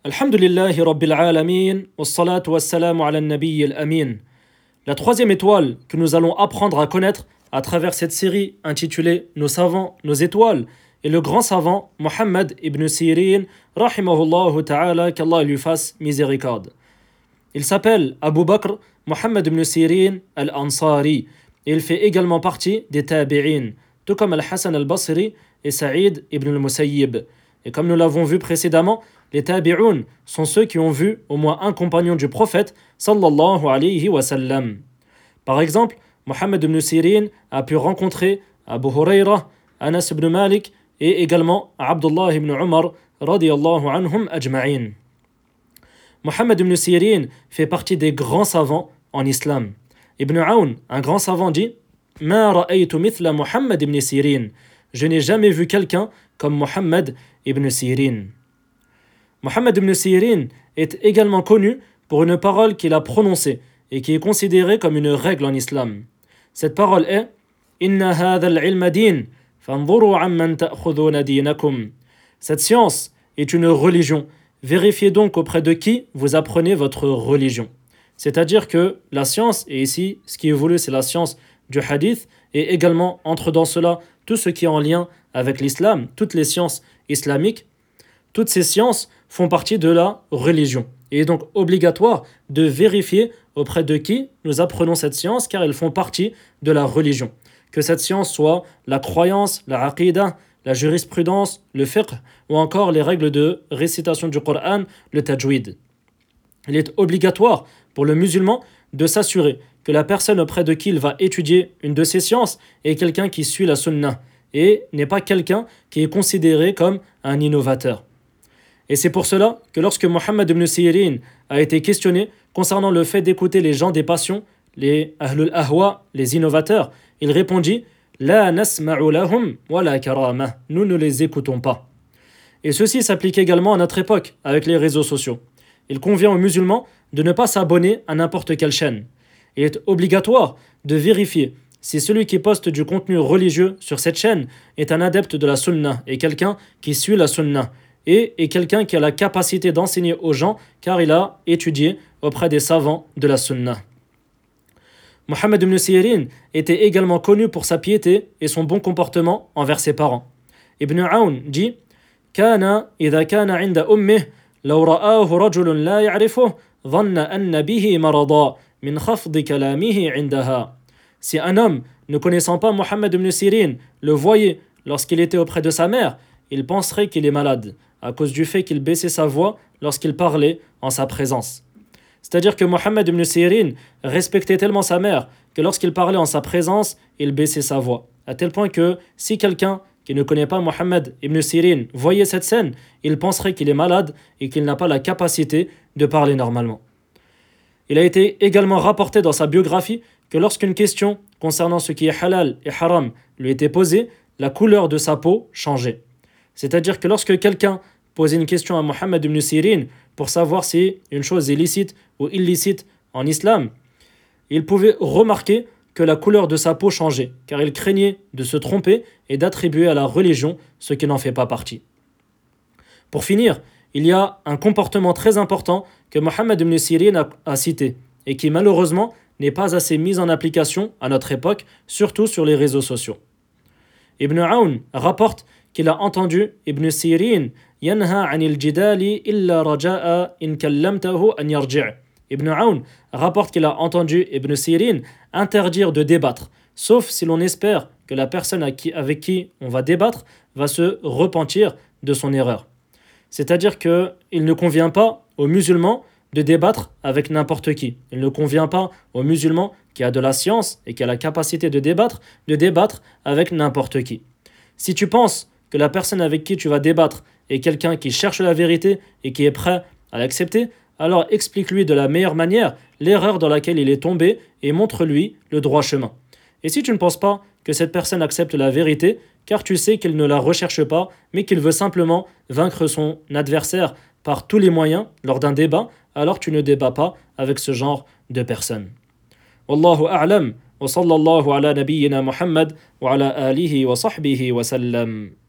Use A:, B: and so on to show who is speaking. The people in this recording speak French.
A: Alhamdulillahi Rabbil Alamin, wassalatu wassalamu ala nabiy al-amin. La troisième étoile que nous allons apprendre à connaître à travers cette série intitulée Nos savants, nos étoiles, est le grand savant Muhammad ibn Sirin, rahimahullah ta'ala, qu'Allah lui fasse miséricorde. Il s'appelle Abu Bakr Muhammad ibn Sirin al-Ansari et il fait également partie des Tabi'in, tout comme Al-Hassan al-Basri et Saïd ibn al-Musayyib. Et comme nous l'avons vu précédemment, les Tabi'un sont ceux qui ont vu au moins un compagnon du prophète sallallahu alayhi wa sallam. Par exemple, Muhammad ibn Sirin a pu rencontrer Abu Huraira, Anas ibn Malik et également Abdullah ibn Umar radiyallahu anhum ajma'in. Muhammad ibn Sirin fait partie des grands savants en islam. Ibn Aoun, un grand savant, dit « Ma ra'aytu mithla Muhammad ibn Sirin » Je n'ai jamais vu quelqu'un comme Muhammad ibn Sirin. Muhammad ibn Sirin est également connu pour une parole qu'il a prononcée et qui est considérée comme une règle en islam. Cette parole est « Inna hadha al-ilma din, fanzuru amman ta'khuduna dinakum » Cette science est une religion. Vérifiez donc auprès de qui vous apprenez votre religion. C'est-à-dire que la science, et ici ce qui est voulu c'est la science du hadith, et également entre dans cela tout ce qui est en lien avec l'islam, toutes les sciences islamiques, toutes ces sciences font partie de la religion. Il est donc obligatoire de vérifier auprès de qui nous apprenons cette science car elles font partie de la religion. Que cette science soit la croyance, la aqidah, la jurisprudence, le fiqh ou encore les règles de récitation du Coran, le tajwid. Il est obligatoire pour le musulman de s'assurer que la personne auprès de qui il va étudier une de ces sciences est quelqu'un qui suit la sunna et n'est pas quelqu'un qui est considéré comme un innovateur. Et c'est pour cela que lorsque Muhammad ibn Sirin a été questionné concernant le fait d'écouter les gens des passions, les ahlul ahwa, les innovateurs, il répondit « La nasma'u lahum wa la karama » Nous ne les écoutons pas. Et ceci s'applique également à notre époque avec les réseaux sociaux. Il convient aux musulmans de ne pas s'abonner à n'importe quelle chaîne. Il est obligatoire de vérifier si celui qui poste du contenu religieux sur cette chaîne est un adepte de la sunna et quelqu'un qui suit la sunna et quelqu'un qui a la capacité d'enseigner aux gens car il a étudié auprès des savants de la sunna. Muhammad ibn Sirin était également connu pour sa piété et son bon comportement envers ses parents. Ibn Aoun dit « Kana idha kana inda ummih law ra'ahu rajulun la ya'rifuh dhanna anna bihi marada min khafdi kalamihi indaha » Si un homme, ne connaissant pas Muhammad ibn Sirin, le voyait lorsqu'il était auprès de sa mère, il penserait qu'il est malade, à cause du fait qu'il baissait sa voix lorsqu'il parlait en sa présence. C'est-à-dire que Muhammad ibn Sirin respectait tellement sa mère que lorsqu'il parlait en sa présence, il baissait sa voix. À tel point que si quelqu'un qui ne connaît pas Muhammad ibn Sirin voyait cette scène, il penserait qu'il est malade et qu'il n'a pas la capacité de parler normalement. Il a été également rapporté dans sa biographie que lorsqu'une question concernant ce qui est halal et haram lui était posée, la couleur de sa peau changeait. C'est-à-dire que lorsque quelqu'un posait une question à Muhammad ibn Sirin pour savoir si une chose est licite ou illicite en islam, il pouvait remarquer que la couleur de sa peau changeait, car il craignait de se tromper et d'attribuer à la religion ce qui n'en fait pas partie. Pour finir, il y a un comportement très important que Muhammad ibn Sirin a cité et qui malheureusement n'est pas assez mis en application à notre époque, surtout sur les réseaux sociaux. Ibn Aoun rapporte qu'il a entendu Ibn Sirin yanha anil jidali illa raja'a in kallamtahu an yarji'. Ibn Aoun rapporte qu'il a entendu Ibn Sirin interdire de débattre, sauf si l'on espère que la personne avec qui on va débattre va se repentir de son erreur. C'est-à-dire qu'il ne convient pas aux musulmans de débattre avec n'importe qui. Il ne convient pas aux musulmans qui a de la science et qui a la capacité de débattre avec n'importe qui. Si tu penses que la personne avec qui tu vas débattre est quelqu'un qui cherche la vérité et qui est prêt à l'accepter, alors explique-lui de la meilleure manière l'erreur dans laquelle il est tombé et montre-lui le droit chemin. Et si tu ne penses pas que cette personne accepte la vérité, car tu sais qu'il ne la recherche pas, mais qu'il veut simplement vaincre son adversaire par tous les moyens lors d'un débat, alors tu ne débats pas avec ce genre de personnes. Wallahu a'lam, wa sallallahu ala nabiyyina Muhammad wa ala alihi wa sahbihi wa sallam.